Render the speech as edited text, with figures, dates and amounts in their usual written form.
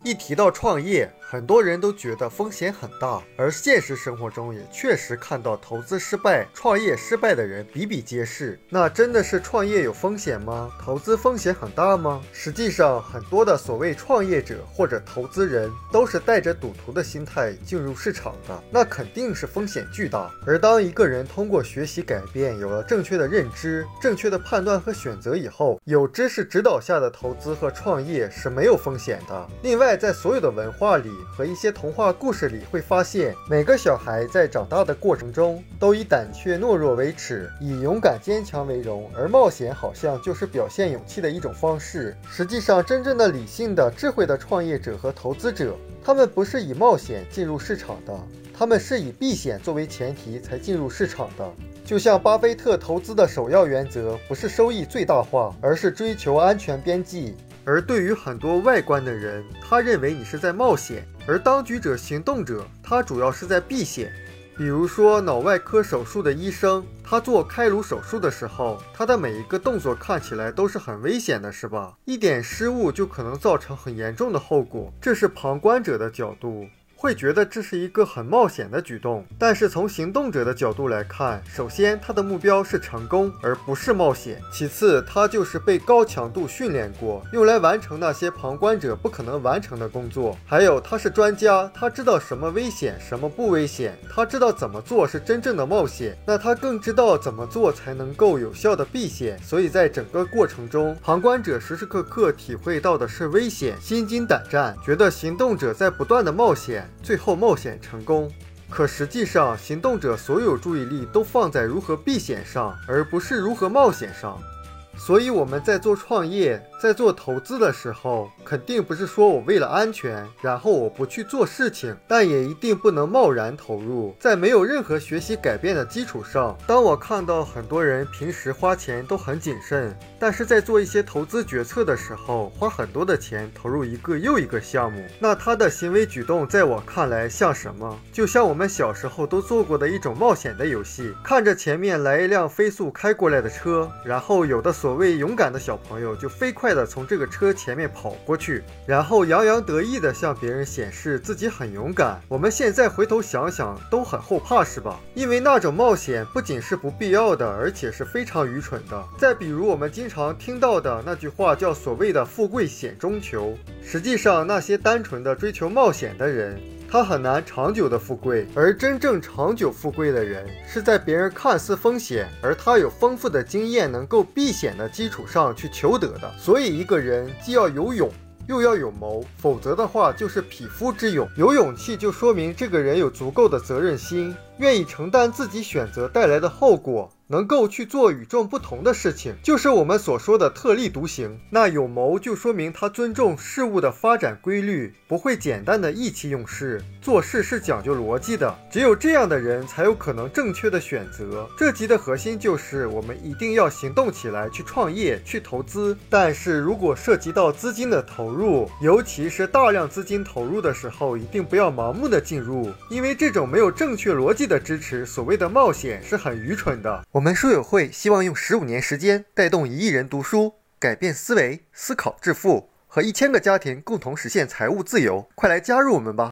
一提到创业，很多人都觉得风险很大，而现实生活中也确实看到投资失败、创业失败的人比比皆是。那真的是创业有风险吗？投资风险很大吗？实际上，很多的所谓创业者或者投资人都是带着赌徒的心态进入市场的，那肯定是风险巨大。而当一个人通过学习改变，有了正确的认知、正确的判断和选择以后，有知识指导下的投资和创业是没有风险的。另外，在所有的文化里和一些童话故事里会发现，每个小孩在长大的过程中都以胆怯懦弱为耻，以勇敢坚强为荣，而冒险好像就是表现勇气的一种方式。实际上，真正的理性的智慧的创业者和投资者，他们不是以冒险进入市场的，他们是以避险作为前提才进入市场的。就像巴菲特投资的首要原则不是收益最大化，而是追求安全边际。而对于很多外观的人，他认为你是在冒险，而当局者行动者，他主要是在避险。比如说脑外科手术的医生，他做开颅手术的时候，他的每一个动作看起来都是很危险的，是吧？一点失误就可能造成很严重的后果，这是旁观者的角度，会觉得这是一个很冒险的举动。但是从行动者的角度来看，首先他的目标是成功，而不是冒险。其次，他就是被高强度训练过，用来完成那些旁观者不可能完成的工作。还有，他是专家，他知道什么危险，什么不危险，他知道怎么做是真正的冒险，那他更知道怎么做才能够有效的避险。所以在整个过程中，旁观者时时刻刻体会到的是危险，心惊胆战，觉得行动者在不断的冒险，最后冒险成功。可实际上，行动者所有注意力都放在如何避险上，而不是如何冒险上。所以我们在做创业，在做投资的时候，肯定不是说我为了安全，然后我不去做事情，但也一定不能贸然投入。在没有任何学习改变的基础上，当我看到很多人平时花钱都很谨慎，但是在做一些投资决策的时候，花很多的钱投入一个又一个项目，那他的行为举动在我看来像什么？就像我们小时候都做过的一种冒险的游戏，看着前面来一辆飞速开过来的车，然后有的所谓勇敢的小朋友就飞快地从这个车前面跑过去，然后洋洋得意地向别人显示自己很勇敢。我们现在回头想想都很后怕，是吧？因为那种冒险不仅是不必要的，而且是非常愚蠢的。再比如我们经常听到的那句话叫所谓的富贵险中求，实际上那些单纯的追求冒险的人，他很难长久的富贵，而真正长久富贵的人，是在别人看似风险，而他有丰富的经验能够避险的基础上去求得的。所以一个人既要有勇，又要有谋，否则的话就是匹夫之勇。有勇气就说明这个人有足够的责任心，愿意承担自己选择带来的后果，能够去做与众不同的事情，就是我们所说的特立独行。那有谋就说明他尊重事物的发展规律，不会简单的意气用事，做事是讲究逻辑的。只有这样的人才有可能正确的选择。这集的核心就是我们一定要行动起来，去创业，去投资。但是如果涉及到资金的投入，尤其是大量资金投入的时候，一定不要盲目的进入，因为这种没有正确逻辑的支持，所谓的冒险是很愚蠢的。我们书友会希望用15年时间带动1亿人读书，改变思维，思考致富，和1000个家庭共同实现财务自由。快来加入我们吧！